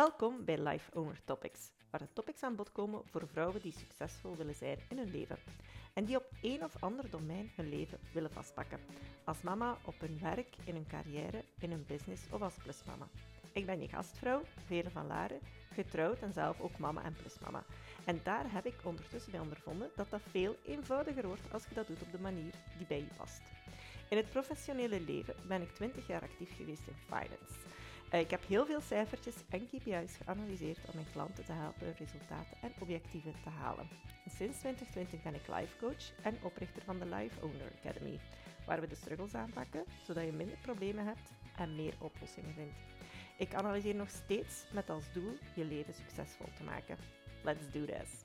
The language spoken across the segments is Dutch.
Welkom bij Life Owner Topics, waar de topics aan bod komen voor vrouwen die succesvol willen zijn in hun leven en die op een of ander domein hun leven willen vastpakken. Als mama, op hun werk, in hun carrière, in hun business of als plusmama. Ik ben je gastvrouw, Veerle van Laren, getrouwd en zelf ook mama en plusmama. En daar heb ik ondertussen bij ondervonden dat dat veel eenvoudiger wordt als je dat doet op de manier die bij je past. In het professionele leven ben ik 20 jaar actief geweest in finance. Ik heb heel veel cijfertjes en KPI's geanalyseerd om mijn klanten te helpen hun resultaten en objectieven te halen. En sinds 2020 ben ik life coach en oprichter van de Life Owner Academy, waar we de struggles aanpakken, zodat je minder problemen hebt en meer oplossingen vindt. Ik analyseer nog steeds met als doel je leven succesvol te maken. Let's do this!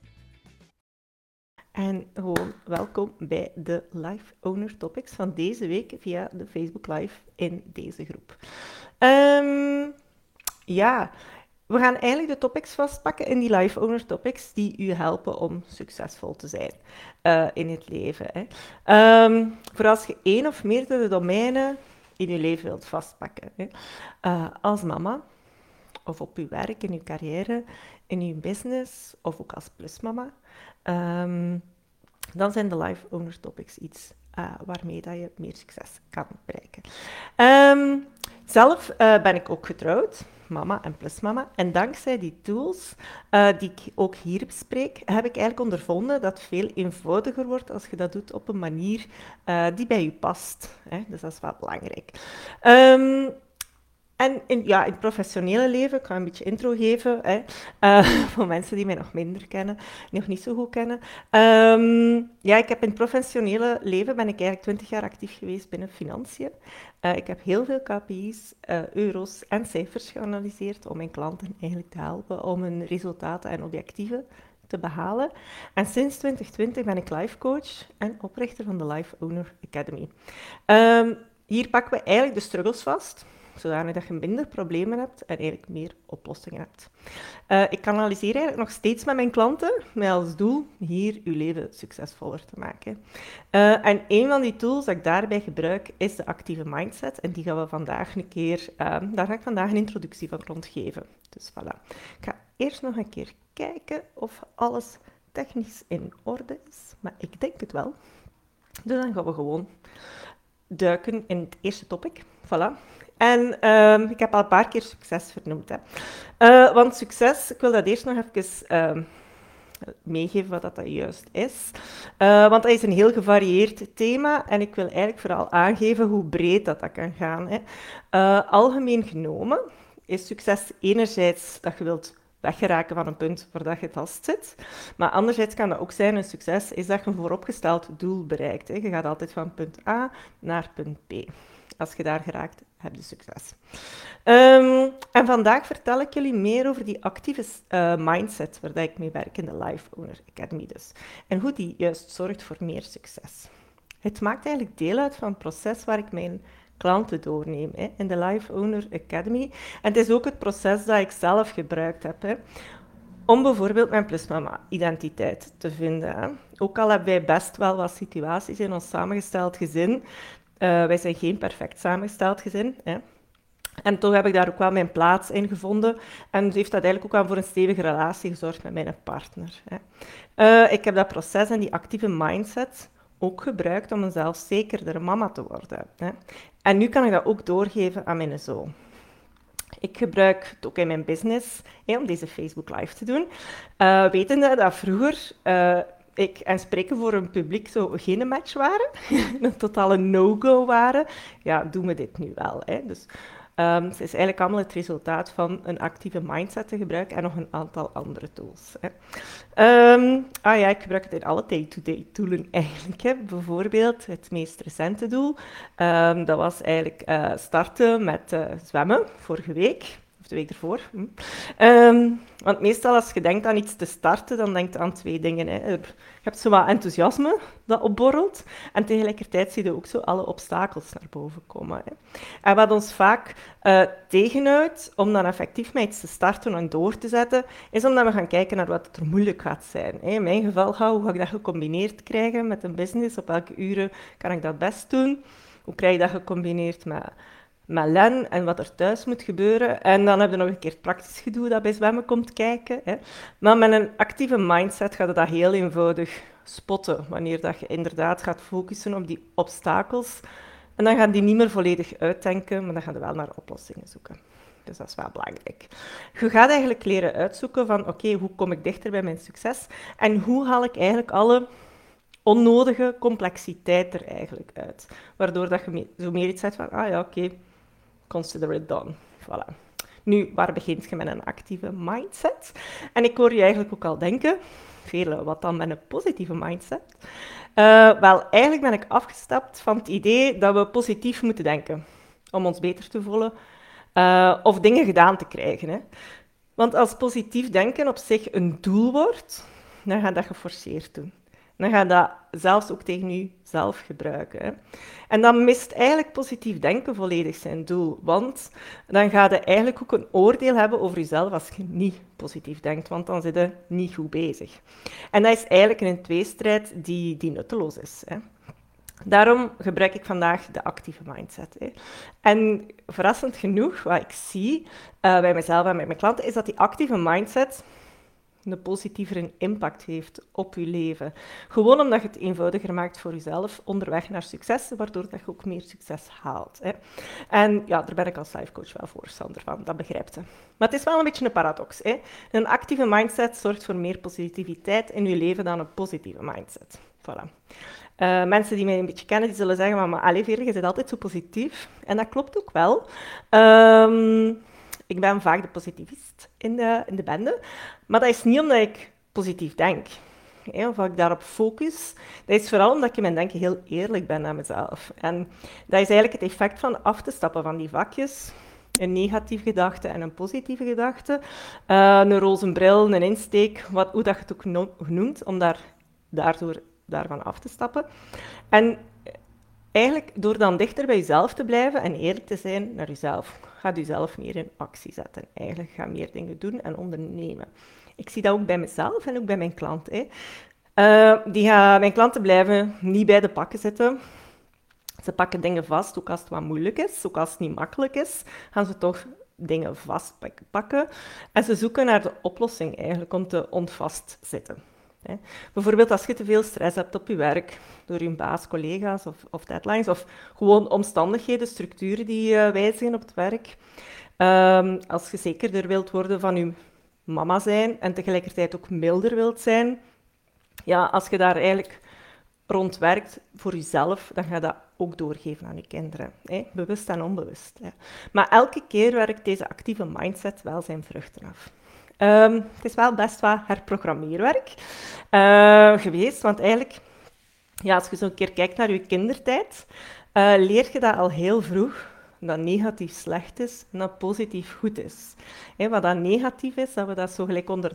En gewoon welkom bij de Life Owner Topics van deze week via de Facebook Live in deze groep. We gaan eigenlijk de topics vastpakken in die Life Owner Topics die u helpen om succesvol te zijn in het leven. Hè. Voor als je één of meerdere domeinen in je leven wilt vastpakken. Hè. Als mama, of op uw werk, in uw carrière, in uw business, of ook als plusmama. Dan zijn de Life Owner Topics iets waarmee dat je meer succes kan bereiken. Zelf ben ik ook getrouwd, mama en plusmama. En dankzij die tools die ik ook hier bespreek, heb ik eigenlijk ondervonden dat het veel eenvoudiger wordt als je dat doet op een manier die bij je past. Hè? Dus dat is wel belangrijk. En in het professionele leven, ik ga een beetje intro geven, voor mensen die mij nog minder kennen, die nog niet zo goed kennen. Ik heb in het professionele leven ben ik eigenlijk 20 jaar actief geweest binnen financiën. Ik heb heel veel KPI's, euro's en cijfers geanalyseerd om mijn klanten eigenlijk te helpen om hun resultaten en objectieven te behalen. En sinds 2020 ben ik life coach en oprichter van de Life Owner Academy. Hier pakken we eigenlijk de struggles vast, zodanig dat je minder problemen hebt en eigenlijk meer oplossingen hebt. Ik analyseer eigenlijk nog steeds met mijn klanten, met als doel hier uw leven succesvoller te maken. En een van die tools dat ik daarbij gebruik is de actieve mindset. En die gaan we vandaag daar ga ik vandaag een introductie van rondgeven. Dus voilà. Ik ga eerst nog een keer kijken of alles technisch in orde is. Maar ik denk het wel. Dus dan gaan we gewoon duiken in het eerste topic. Voilà. En ik heb al een paar keer succes vernoemd. Hè. Want succes, ik wil dat eerst nog even meegeven wat dat juist is. Want dat is een heel gevarieerd thema en ik wil eigenlijk vooral aangeven hoe breed dat kan gaan. Hè. Algemeen genomen is succes enerzijds dat je wilt weggeraken van een punt waar dat je vastzit. Maar anderzijds kan dat ook zijn, een succes is dat je een vooropgesteld doel bereikt. Hè. Je gaat altijd van punt A naar punt B. Als je daar geraakt, heb je succes. En vandaag vertel ik jullie meer over die actieve mindset waar ik mee werk in de Life Owner Academy dus. En hoe die juist zorgt voor meer succes. Het maakt eigenlijk deel uit van het proces waar ik mijn klanten doorneem in de Life Owner Academy. En het is ook het proces dat ik zelf gebruikt heb. Hè, om bijvoorbeeld mijn plusmama-identiteit te vinden. Hè. Ook al hebben wij best wel wat situaties in ons samengesteld gezin. Wij zijn geen perfect samengesteld gezin. Hè. En toch heb ik daar ook wel mijn plaats in gevonden. En heeft dat eigenlijk ook wel voor een stevige relatie gezorgd met mijn partner. Hè. Ik heb dat proces en die actieve mindset ook gebruikt om een zelfzekerdere mama te worden. Hè. En nu kan ik dat ook doorgeven aan mijn zoon. Ik gebruik het ook in mijn business om deze Facebook Live te doen. Wetende dat vroeger ik en spreken voor een publiek zo geen match waren, een totale no-go waren, ja, doen we dit nu wel. Hè. Dus het is eigenlijk allemaal het resultaat van een actieve mindset te gebruiken en nog een aantal andere tools. Hè. Ik gebruik het in alle day-to-day toolen eigenlijk. Hè. Bijvoorbeeld het meest recente doel, dat was eigenlijk starten met zwemmen vorige week. Of de week ervoor. Want meestal als je denkt aan iets te starten, dan denk je aan twee dingen. Hè. Je hebt zo wat enthousiasme dat opborrelt en tegelijkertijd zie je ook zo alle obstakels naar boven komen. Hè. En wat ons vaak tegenhoudt om dan effectief met iets te starten en door te zetten, is omdat we gaan kijken naar wat er moeilijk gaat zijn. Hè. In mijn geval, hoe ga ik dat gecombineerd krijgen met een business? Op welke uren kan ik dat best doen? Hoe krijg je dat gecombineerd met met len en wat er thuis moet gebeuren. En dan heb je nog een keer het praktisch gedoe dat bij zwemmen komt kijken. Hè. Maar met een actieve mindset gaat je dat heel eenvoudig spotten, wanneer dat je inderdaad gaat focussen op die obstakels. En dan gaan die niet meer volledig uitdenken, maar dan gaan je wel naar oplossingen zoeken. Dus dat is wel belangrijk. Je gaat eigenlijk leren uitzoeken van, oké, hoe kom ik dichter bij mijn succes? En hoe haal ik eigenlijk alle onnodige complexiteit er eigenlijk uit? Waardoor dat je zo meer iets zegt van, ah ja, oké, consider it done. Voilà. Nu, waar begint je met een actieve mindset? En ik hoor je eigenlijk ook al denken, vele, wat dan met een positieve mindset? Wel, eigenlijk ben ik afgestapt van het idee dat we positief moeten denken om ons beter te voelen of dingen gedaan te krijgen. Hè. Want als positief denken op zich een doel wordt, dan ga je dat geforceerd doen. Dan ga je dat zelfs ook tegen jezelf gebruiken. Hè. En dan mist eigenlijk positief denken volledig zijn doel. Want dan ga je eigenlijk ook een oordeel hebben over jezelf als je niet positief denkt. Want dan zit je niet goed bezig. En dat is eigenlijk een tweestrijd die nutteloos is. Hè. Daarom gebruik ik vandaag de actieve mindset. Hè. En verrassend genoeg, wat ik zie bij mezelf en met mijn klanten, is dat die actieve mindset een positievere impact heeft op je leven. Gewoon omdat je het eenvoudiger maakt voor jezelf onderweg naar succes, waardoor dat je ook meer succes haalt. Hè. En ja, daar ben ik als lifecoach wel voorstander van, dat begrijpt je. Maar het is wel een beetje een paradox. Hè. Een actieve mindset zorgt voor meer positiviteit in je leven dan een positieve mindset. Voilà. Mensen die mij een beetje kennen, die zullen zeggen, maar allee, Veerle, je bent altijd zo positief. En dat klopt ook wel. Ik ben vaak de positivist in de bende. Maar dat is niet omdat ik positief denk. Of dat ik daarop focus. Dat is vooral omdat ik in mijn denken heel eerlijk ben naar mezelf. En dat is eigenlijk het effect van af te stappen van die vakjes. Een negatieve gedachte en een positieve gedachte. Een roze bril, een insteek, hoe dat je het ook noemt, om daarvan af te stappen. En eigenlijk door dan dichter bij jezelf te blijven en eerlijk te zijn naar jezelf, gaat jezelf meer in actie zetten. Eigenlijk ga meer dingen doen en ondernemen. Ik zie dat ook bij mezelf en ook bij mijn klanten. Mijn klanten blijven niet bij de pakken zitten. Ze pakken dingen vast, ook als het wat moeilijk is, ook als het niet makkelijk is, gaan ze toch dingen vastpakken. En ze zoeken naar de oplossing eigenlijk om te ontvastzitten. Bijvoorbeeld als je te veel stress hebt op je werk, door je baas, collega's of deadlines, of gewoon omstandigheden, structuren die wijzigen op het werk. Als je zekerder wilt worden van je mama zijn en tegelijkertijd ook milder wilt zijn, ja, als je daar eigenlijk rond werkt voor jezelf, dan ga je dat ook doorgeven aan je kinderen. Bewust en onbewust. Maar elke keer werkt deze actieve mindset wel zijn vruchten af. Het is wel best wat herprogrammeerwerk geweest, want eigenlijk, ja, als je zo een keer kijkt naar je kindertijd, leer je dat al heel vroeg, dat negatief slecht is en dat positief goed is. Wat dat negatief is, dat we dat zo gelijk onder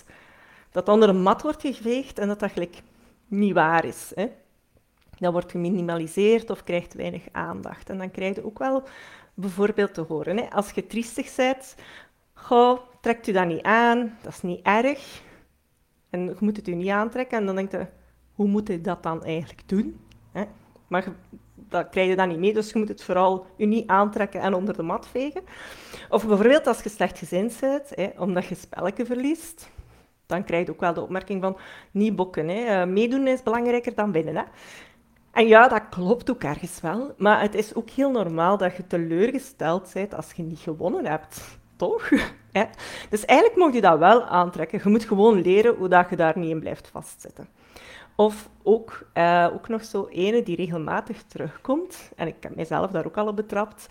de mat wordt geveegd en dat gelijk niet waar is. Dat wordt geminimaliseerd of krijgt weinig aandacht. En dan krijg je ook wel bijvoorbeeld te horen, als je triestig bent, goh, trekt u dat niet aan, dat is niet erg. En je moet het u niet aantrekken. En dan denk je, hoe moet je dat dan eigenlijk doen? Maar dat krijg je dan niet mee, dus je moet het vooral u niet aantrekken en onder de mat vegen. Of bijvoorbeeld als je slechtgezind bent, omdat je spelletje verliest, dan krijg je ook wel de opmerking van, niet bokken. Meedoen is belangrijker dan winnen. En ja, dat klopt ook ergens wel, maar het is ook heel normaal dat je teleurgesteld bent als je niet gewonnen hebt. Toch? Dus eigenlijk mag je dat wel aantrekken. Je moet gewoon leren hoe dat je daar niet in blijft vastzitten. Of ook nog zo ene die regelmatig terugkomt, en ik heb mezelf daar ook al op betrapt.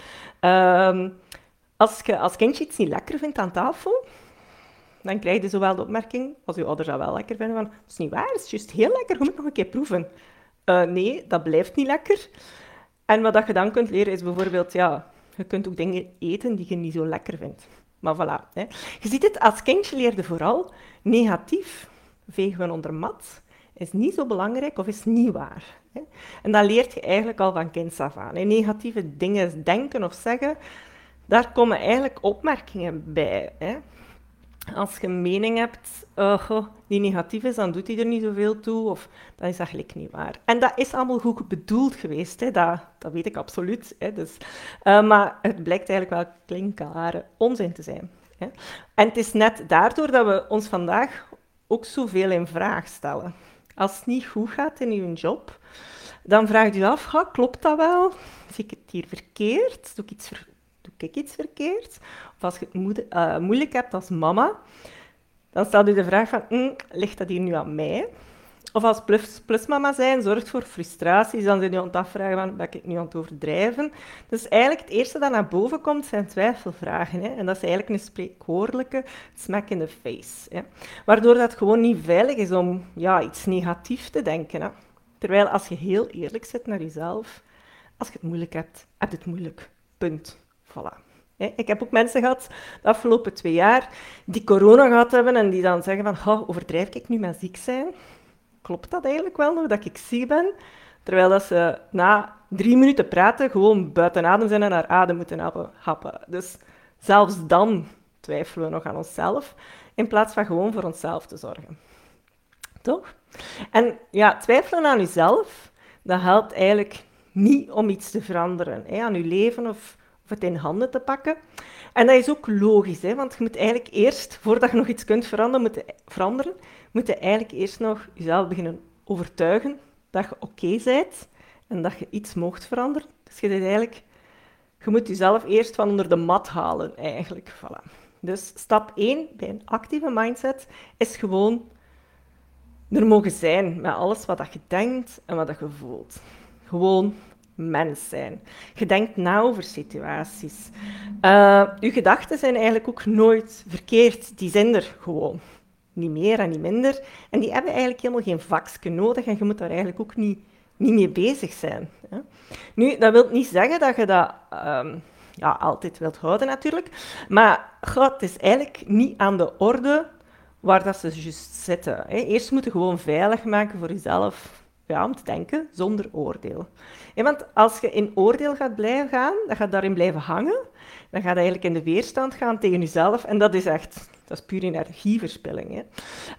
Als je als kindje iets niet lekker vindt aan tafel, dan krijg je zowel de opmerking, als je ouders dat wel lekker vinden, van, dat is niet waar, het is juist heel lekker, je moet nog een keer proeven. Nee, dat blijft niet lekker. En wat dat je dan kunt leren is bijvoorbeeld, ja, je kunt ook dingen eten die je niet zo lekker vindt. Maar voilà. Je ziet het, als kindje leerde vooral negatief vegen we onder mat, is niet zo belangrijk of is niet waar. En dat leert je eigenlijk al van kinds af aan. Negatieve dingen denken of zeggen, daar komen eigenlijk opmerkingen bij. Als je een mening hebt die negatief is, dan doet hij er niet zoveel toe, of dat is eigenlijk niet waar. En dat is allemaal goed bedoeld geweest, hè. Dat weet ik absoluut. Hè. Dus, maar het blijkt eigenlijk wel klinkklare onzin te zijn. Hè. En het is net daardoor dat we ons vandaag ook zoveel in vraag stellen. Als het niet goed gaat in je job, dan vraag je je af, klopt dat wel? Zie ik het hier verkeerd? Doe ik iets verkeerd? Of als je het moeilijk hebt als mama, dan stel je de vraag van, ligt dat hier nu aan mij? Of als plusmama zijn zorgt voor frustraties, dan zijn je aan het afvragen van, ben ik nu aan het overdrijven? Dus eigenlijk het eerste dat naar boven komt, zijn twijfelvragen. Hè? En dat is eigenlijk een spreekwoordelijke smack in the face. Hè? Waardoor dat gewoon niet veilig is om iets negatiefs te denken. Hè? Terwijl als je heel eerlijk zit naar jezelf, als je het moeilijk hebt, heb je het moeilijk. Punt. Voilà. Ik heb ook mensen gehad de afgelopen 2 jaar die corona gehad hebben en die dan zeggen van, overdrijf ik nu met ziek zijn? Klopt dat eigenlijk wel nog, dat ik ziek ben? Terwijl dat ze na 3 minuten praten gewoon buiten adem zijn en naar adem moeten happen. Dus zelfs dan twijfelen we nog aan onszelf, in plaats van gewoon voor onszelf te zorgen. Toch? En ja, twijfelen aan jezelf, dat helpt eigenlijk niet om iets te veranderen aan je leven of het in handen te pakken. En dat is ook logisch, want je moet eigenlijk eerst, voordat je nog iets kunt veranderen, moet je eigenlijk eerst nog jezelf beginnen overtuigen dat je oké bent en dat je iets mocht veranderen. Dus je moet jezelf eerst van onder de mat halen, eigenlijk. Voilà. Dus stap 1 bij een actieve mindset is gewoon er mogen zijn met alles wat je denkt en wat je voelt. Gewoon mens zijn. Je denkt na over situaties. Je gedachten zijn eigenlijk ook nooit verkeerd. Die zijn er gewoon. Niet meer en niet minder. En die hebben eigenlijk helemaal geen vakje nodig en je moet daar eigenlijk ook niet mee bezig zijn. Hè. Nu, dat wil niet zeggen dat je dat altijd wilt houden natuurlijk. Maar het is eigenlijk niet aan de orde waar dat ze juist zitten. Hè. Eerst moet je gewoon veilig maken voor jezelf, om te denken, zonder oordeel. Want als je in oordeel gaat blijven gaan, dan gaat daarin blijven hangen, dan gaat je eigenlijk in de weerstand gaan tegen jezelf, en dat is puur energieverspilling. Hè.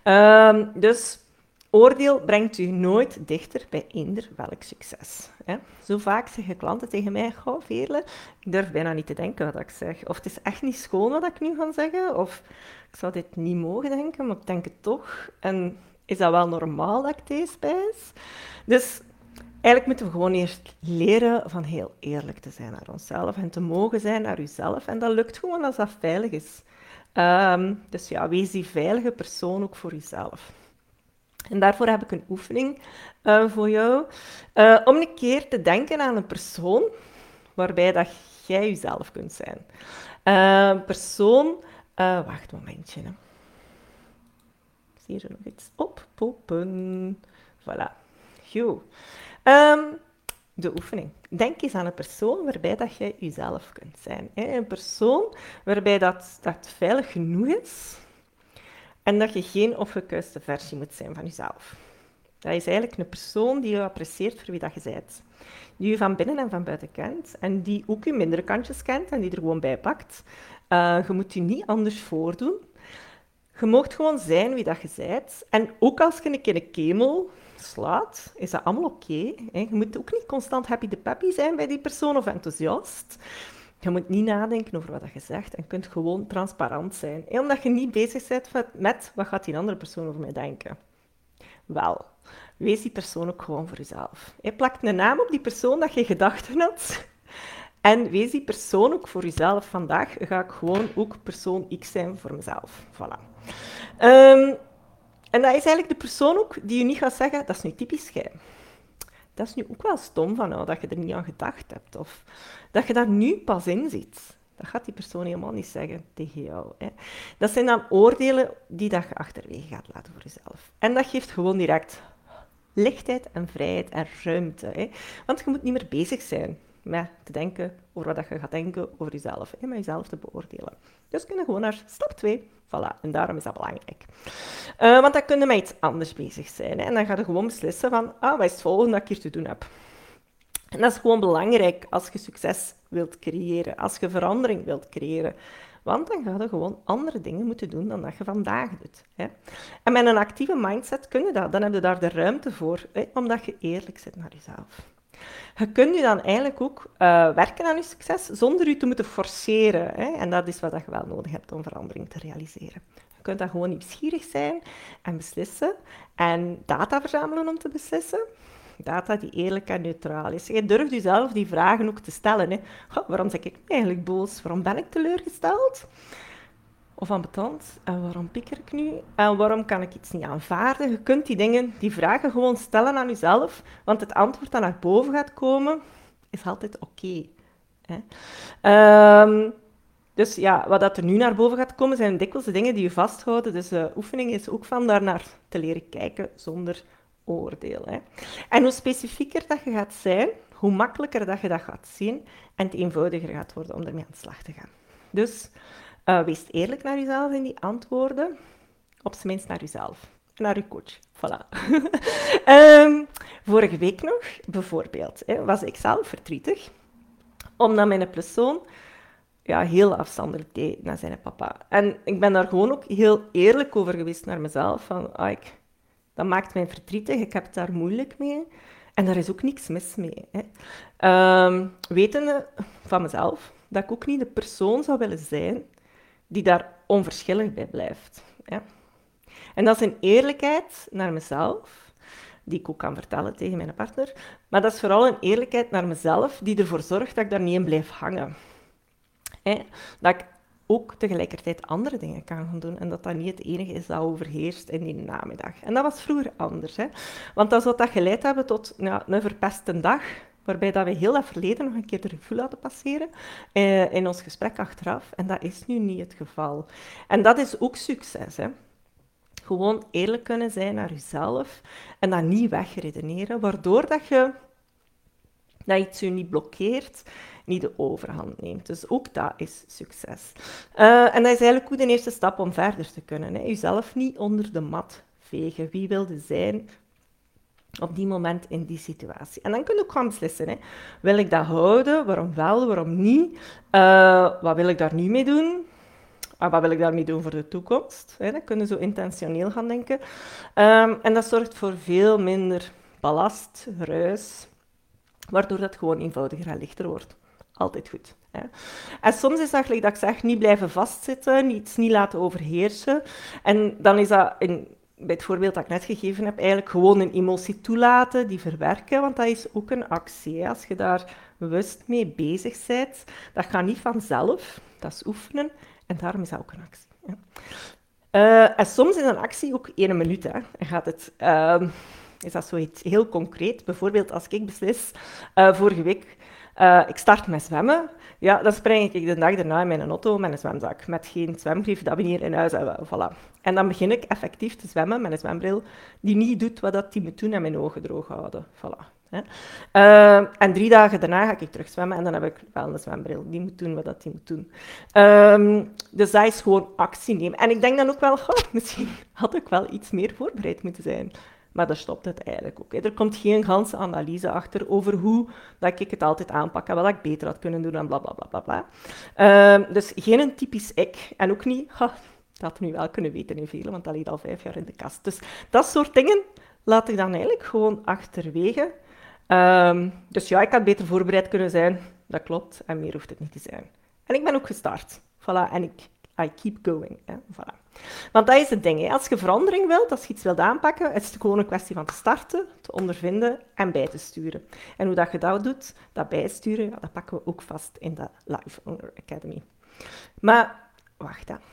Dus oordeel brengt je nooit dichter bij eender welk succes. Hè. Zo vaak zeggen klanten tegen mij, Veerle, ik durf bijna niet te denken wat ik zeg. Of het is echt niet schoon wat ik nu ga zeggen, of ik zou dit niet mogen denken, maar ik denk het toch. En is dat wel normaal dat ik deze spijs? Dus eigenlijk moeten we gewoon eerst leren van heel eerlijk te zijn naar onszelf en te mogen zijn naar jezelf. En dat lukt gewoon als dat veilig is. Dus wees die veilige persoon ook voor jezelf. En daarvoor heb ik een oefening voor jou. Om een keer te denken aan een persoon waarbij dat jij jezelf kunt zijn. Een persoon... wacht een momentje. Hè. Zie je er nog iets oppoppen? Voilà. Goed. De oefening. Denk eens aan een persoon waarbij dat jij jezelf kunt zijn. Hè? Een persoon waarbij dat veilig genoeg is en dat je geen opgekuiste versie moet zijn van jezelf. Dat is eigenlijk een persoon die je apprecieert voor wie dat je bent. Die je van binnen en van buiten kent en die ook je mindere kantjes kent en die er gewoon bij pakt. Je moet je niet anders voordoen. Je mag gewoon zijn wie dat je bent. En ook als je een keer een kemel slaat, is dat allemaal oké. Je moet ook niet constant happy de peppy zijn bij die persoon of enthousiast. Je moet niet nadenken over wat je zegt en kunt gewoon transparant zijn. Omdat je niet bezig bent met wat gaat die andere persoon over mij denken. Wel, wees die persoon ook gewoon voor jezelf. Plak een naam op die persoon dat je gedachten had. En wees die persoon ook voor jezelf. Vandaag ga ik gewoon ook persoon X zijn voor mezelf. Voilà. En dat is eigenlijk de persoon ook die je niet gaat zeggen, dat is nu typisch jij. Dat is nu ook wel stom van jou, dat je er niet aan gedacht hebt. Of dat je daar nu pas in ziet. Dat gaat die persoon helemaal niet zeggen tegen jou. Hè. Dat zijn dan oordelen die dat je achterwege gaat laten voor jezelf. En dat geeft gewoon direct lichtheid en vrijheid en ruimte. Hè. Want je moet niet meer bezig zijn met te denken over wat je gaat denken over jezelf. Hè, met jezelf te beoordelen. Dus kun je gewoon naar stap 2. Voilà, en daarom is dat belangrijk. Want dan kun je met iets anders bezig zijn. Hè, en dan ga je gewoon beslissen van, wat is het volgende dat ik hier te doen heb. En dat is gewoon belangrijk als je succes wilt creëren, als je verandering wilt creëren. Want dan ga je gewoon andere dingen moeten doen dan dat je vandaag doet. Hè. En met een actieve mindset kun je dat. Dan heb je daar de ruimte voor, hè, omdat je eerlijk bent naar jezelf. Je kunt je dan eigenlijk ook werken aan je succes zonder je te moeten forceren. Hè? En dat is wat je wel nodig hebt om verandering te realiseren. Je kunt dan gewoon nieuwsgierig zijn en beslissen. En data verzamelen om te beslissen. Data die eerlijk en neutraal is. Je durft jezelf die vragen ook te stellen. Hè? Goh, waarom ben ik eigenlijk boos? Waarom ben ik teleurgesteld? Of ambetant? En waarom pieker ik nu? En waarom kan ik iets niet aanvaarden? Je kunt die vragen gewoon stellen aan jezelf, want het antwoord dat naar boven gaat komen, is altijd oké. Dus ja, wat dat er nu naar boven gaat komen, zijn dikwijls de dingen die je vasthouden. Dus de oefening is ook van daarnaar te leren kijken zonder oordeel. Hè. En hoe specifieker dat je gaat zijn, hoe makkelijker dat je dat gaat zien en het eenvoudiger gaat worden om ermee aan de slag te gaan. Dus wees eerlijk naar jezelf in die antwoorden. Op zijn minst naar jezelf. En naar je coach. Voilà. Vorige week nog, bijvoorbeeld, was ik zelf verdrietig. Omdat mijn pluszoon heel afstandelijk deed naar zijn papa. En ik ben daar gewoon ook heel eerlijk over geweest naar mezelf. Van, dat maakt mij verdrietig, ik heb het daar moeilijk mee. En daar is ook niks mis mee. Hè. Wetende van mezelf dat ik ook niet de persoon zou willen zijn die daar onverschillig bij blijft. Ja. En dat is een eerlijkheid naar mezelf, die ik ook kan vertellen tegen mijn partner, maar dat is vooral een eerlijkheid naar mezelf die ervoor zorgt dat ik daar niet in blijf hangen. Dat ik ook tegelijkertijd andere dingen kan gaan doen en dat dat niet het enige is dat overheerst in die namiddag. En dat was vroeger anders, want dat zou dat geleid hebben tot een verpeste dag, waarbij dat we heel dat verleden nog een keer de revue laten passeren in ons gesprek achteraf. En dat is nu niet het geval. En dat is ook succes, hè. Gewoon eerlijk kunnen zijn naar jezelf en dat niet wegredeneren, waardoor dat iets je niet blokkeert, niet de overhand neemt. Dus ook dat is succes. En dat is eigenlijk ook de eerste stap om verder te kunnen. Hè. Jezelf niet onder de mat vegen. Wie wilde zijn op die moment in die situatie. En dan kun je ook gaan beslissen. Hè. Wil ik dat houden? Waarom wel? Waarom niet? Wat wil ik daar nu mee doen? Wat wil ik daarmee doen voor de toekomst? Hè. Dan kun je zo intentioneel gaan denken. En dat zorgt voor veel minder ballast, ruis, waardoor dat gewoon eenvoudiger en lichter wordt. Altijd goed. Hè. En soms is dat, gelijk dat ik zeg, niet blijven vastzitten, iets niet laten overheersen. En dan is dat, bij het voorbeeld dat ik net gegeven heb, eigenlijk gewoon een emotie toelaten, die verwerken, want dat is ook een actie. Hè. Als je daar bewust mee bezig bent, dat gaat niet vanzelf, dat is oefenen, en daarom is dat ook een actie. Hè. En soms is een actie ook 1 minuut. Hè. En is dat zoiets heel concreet? Bijvoorbeeld als ik beslis, vorige week, ik start met zwemmen, ja, dan spring ik de dag daarna in mijn auto met een zwemzak, met geen zwembrief, dat we hier in huis hebben, voilà. En dan begin ik effectief te zwemmen met een zwembril die niet doet wat die moet doen en mijn ogen droog houden, voilà. Hè. En 3 dagen daarna ga ik terug zwemmen en dan heb ik wel een zwembril die moet doen wat die moet doen. Dus dat is gewoon actie nemen. En ik denk dan ook wel, misschien had ik wel iets meer voorbereid moeten zijn. Maar daar stopt het eigenlijk ook. Er komt geen ganse analyse achter over hoe dat ik het altijd aanpak en wat ik beter had kunnen doen en blablabla. Dus geen een typisch ik. En ook niet, dat had nu wel kunnen weten in velen, want dat ligt al 5 jaar in de kast. Dus dat soort dingen laat ik dan eigenlijk gewoon achterwege. Dus ja, ik had beter voorbereid kunnen zijn. Dat klopt. En meer hoeft het niet te zijn. En ik ben ook gestart. Voilà. En I keep going. Hè. Voilà. Want dat is het ding. Hè. Als je verandering wilt, als je iets wilt aanpakken, is het gewoon een kwestie van te starten, te ondervinden en bij te sturen. En hoe dat je dat doet, dat bijsturen, dat pakken we ook vast in de Life Owner Academy. Maar, wacht dan.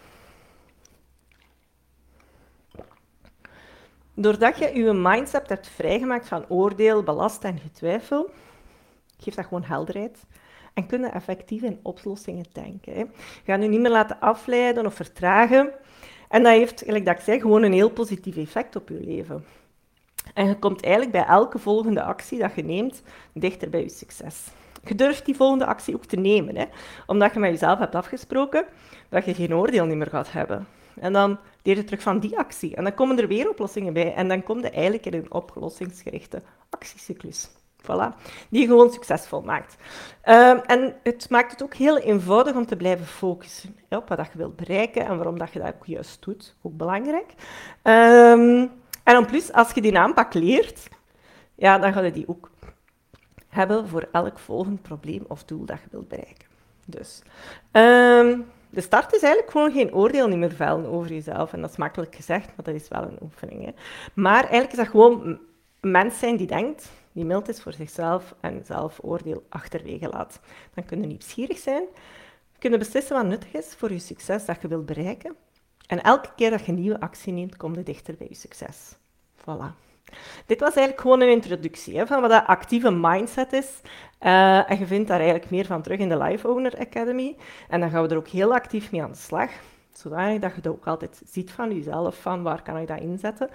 Doordat je je mindset hebt vrijgemaakt van oordeel, belast en getwijfel, geeft dat gewoon helderheid. En kun je effectief in oplossingen denken. Hè. Je gaat je niet meer laten afleiden of vertragen. En dat heeft, gelijk dat ik zei, gewoon een heel positief effect op je leven. En je komt eigenlijk bij elke volgende actie dat je neemt, dichter bij je succes. Je durft die volgende actie ook te nemen, hè, omdat je met jezelf hebt afgesproken dat je geen oordeel meer gaat hebben. En dan leer je terug van die actie. En dan komen er weer oplossingen bij. En dan kom je eigenlijk in een oplossingsgerichte actiecyclus. Voilà, die je gewoon succesvol maakt. En het maakt het ook heel eenvoudig om te blijven focussen op wat je wilt bereiken en waarom dat je dat ook juist doet. Ook belangrijk. En en plus, als je die aanpak leert, ja, dan ga je die ook hebben voor elk volgend probleem of doel dat je wilt bereiken. Dus de start is eigenlijk gewoon geen oordeel niet meer vellen over jezelf. En dat is makkelijk gezegd, maar dat is wel een oefening. Hè. Maar eigenlijk is dat gewoon een mens zijn die denkt, die mild is voor zichzelf en zelfoordeel achterwege laat. Dan kun je nieuwsgierig zijn, kunnen beslissen wat nuttig is voor je succes dat je wilt bereiken. En elke keer dat je nieuwe actie neemt, kom je dichter bij je succes. Voilà. Dit was eigenlijk gewoon een introductie hè, van wat dat actieve mindset is. En je vindt daar eigenlijk meer van terug in de Life Owner Academy. En dan gaan we er ook heel actief mee aan de slag. Zodanig dat je dat ook altijd ziet van jezelf, van waar kan ik dat inzetten.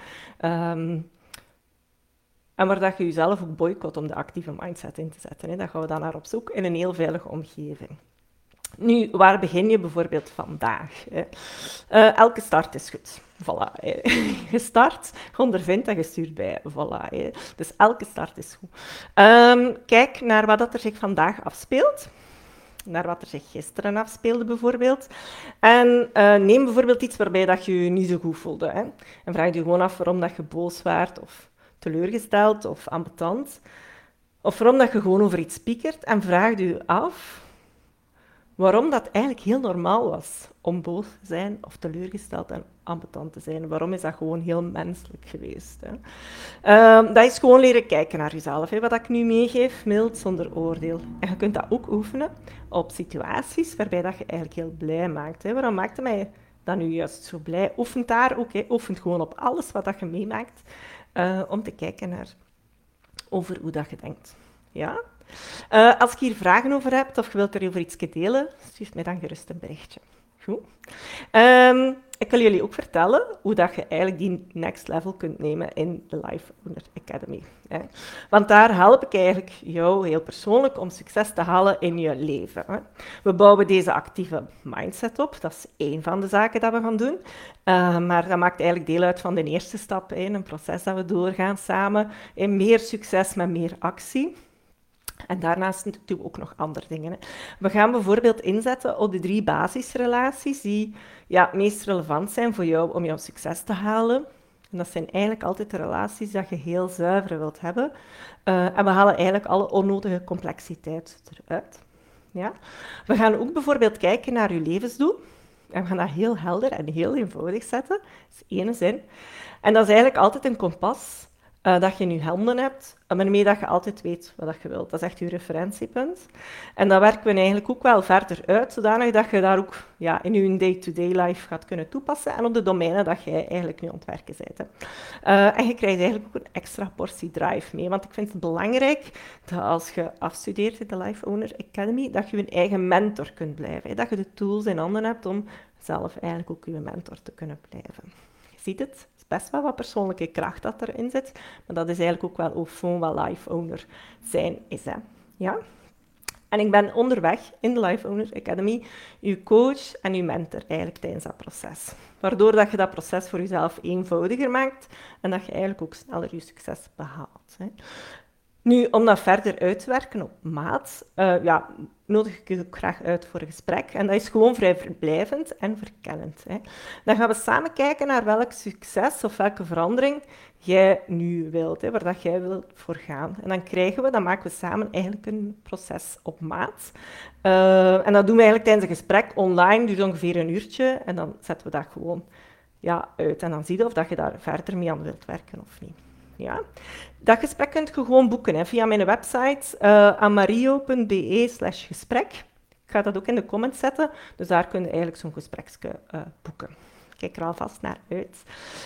En waar dat je jezelf ook boycott om de actieve mindset in te zetten. Hè. Daar gaan we dan naar op zoek in een heel veilige omgeving. Nu, waar begin je bijvoorbeeld vandaag? Elke start is goed. Voilà. Je start, je ondervindt en je stuurt bij. Voilà. Dus elke start is goed. Kijk naar wat er zich vandaag afspeelt. Naar wat er zich gisteren afspeelde bijvoorbeeld. En neem bijvoorbeeld iets waarbij dat je je niet zo goed voelde. Hè. En vraag je gewoon af waarom dat je boos waart of teleurgesteld of ambetant. Of waarom dat je gewoon over iets piekert. En vraag je af waarom dat eigenlijk heel normaal was om boos te zijn of teleurgesteld en ambetant te zijn. Waarom is dat gewoon heel menselijk geweest? Hè? Dat is gewoon leren kijken naar jezelf. Hè? Wat ik nu meegeef, mild, zonder oordeel. En je kunt dat ook oefenen op situaties waarbij dat je eigenlijk heel blij maakt. Hè? Waarom maakte mij dat nu juist zo blij? Oefent daar ook. Hè? Oefent gewoon op alles wat dat je meemaakt. Om te kijken naar over hoe dat je denkt. Ja? Als je hier vragen over hebt of je wilt erover iets delen, stuur mij dan gerust een berichtje. Goed. Ik wil jullie ook vertellen hoe dat je eigenlijk die next level kunt nemen in de Life Owner Academy. Hè. Want daar help ik eigenlijk jou heel persoonlijk om succes te halen in je leven. Hè. We bouwen deze actieve mindset op. Dat is één van de zaken dat we gaan doen. Maar dat maakt eigenlijk deel uit van de eerste stap in een proces dat we doorgaan samen. In meer succes met meer actie. En daarnaast doen we ook nog andere dingen. Hè. We gaan bijvoorbeeld inzetten op de 3 basisrelaties die het meest relevant zijn voor jou om jouw succes te halen. En dat zijn eigenlijk altijd de relaties dat je heel zuiver wilt hebben. En we halen eigenlijk alle onnodige complexiteit eruit. Ja? We gaan ook bijvoorbeeld kijken naar je levensdoel. En we gaan dat heel helder en heel eenvoudig zetten. Dat is één zin. En dat is eigenlijk altijd een kompas dat je in je handen hebt, waarmee dat je altijd weet wat je wilt. Dat is echt je referentiepunt. En dat werken we eigenlijk ook wel verder uit, zodanig dat je daar ook in je day-to-day life gaat kunnen toepassen en op de domeinen dat jij eigenlijk nu aan het werken bent. Hè. En je krijgt eigenlijk ook een extra portie drive mee, want ik vind het belangrijk dat als je afstudeert in de Life Owner Academy, dat je je eigen mentor kunt blijven. Hè. Dat je de tools in handen hebt om zelf eigenlijk ook je mentor te kunnen blijven. Je ziet het? Best wel wat persoonlijke kracht dat erin zit, maar dat is eigenlijk ook wel au fond wat Life Owner zijn is. Hè. Ja? En ik ben onderweg in de Life Owner Academy uw coach en uw mentor eigenlijk tijdens dat proces. Waardoor dat je dat proces voor jezelf eenvoudiger maakt en dat je eigenlijk ook sneller je succes behaalt. Hè. Nu, om dat verder uit te werken op maat, nodig ik je ook graag uit voor een gesprek. En dat is gewoon vrij verblijvend en verkennend. Hè. Dan gaan we samen kijken naar welk succes of welke verandering jij nu wilt, hè, waar dat jij wilt voor gaan. En dan maken we samen eigenlijk een proces op maat. En dat doen we eigenlijk tijdens een gesprek online, duurt ongeveer een uurtje. En dan zetten we dat gewoon uit. En dan zie je of dat je daar verder mee aan wilt werken of niet. Ja. Dat gesprek kunt je gewoon boeken hè, via mijn website amario.be/gesprek. Ik ga dat ook in de comments zetten, dus daar kun je eigenlijk zo'n gespreksje boeken. Kijk er alvast naar uit.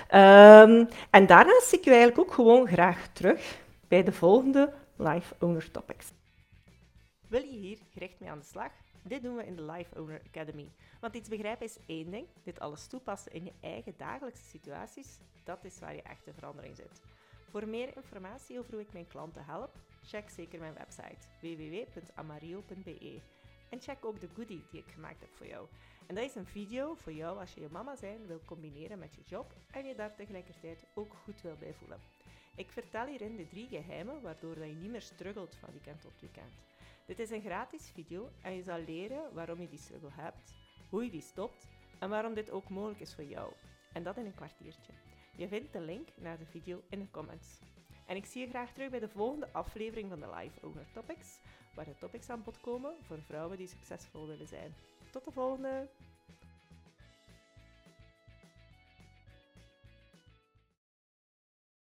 En daarna zie ik je eigenlijk ook gewoon graag terug bij de volgende Life Owner Topics. Wil je hier gericht mee aan de slag? Dit doen we in de Life Owner Academy. Want iets begrijpen is één ding, dit alles toepassen in je eigen dagelijkse situaties, dat is waar je echte verandering zit. Voor meer informatie over hoe ik mijn klanten help, check zeker mijn website www.amario.be. En check ook de goodie die ik gemaakt heb voor jou. En dat is een video voor jou als je je mama zijn wil combineren met je job en je daar tegelijkertijd ook goed wil bij voelen. Ik vertel hierin de 3 geheimen waardoor je niet meer struggelt van weekend tot weekend. Dit is een gratis video en je zal leren waarom je die struggle hebt, hoe je die stopt en waarom dit ook mogelijk is voor jou. En dat in een kwartiertje. Je vindt de link naar de video in de comments. En ik zie je graag terug bij de volgende aflevering van de Life Owner Topics, waar de topics aan bod komen voor vrouwen die succesvol willen zijn. Tot de volgende!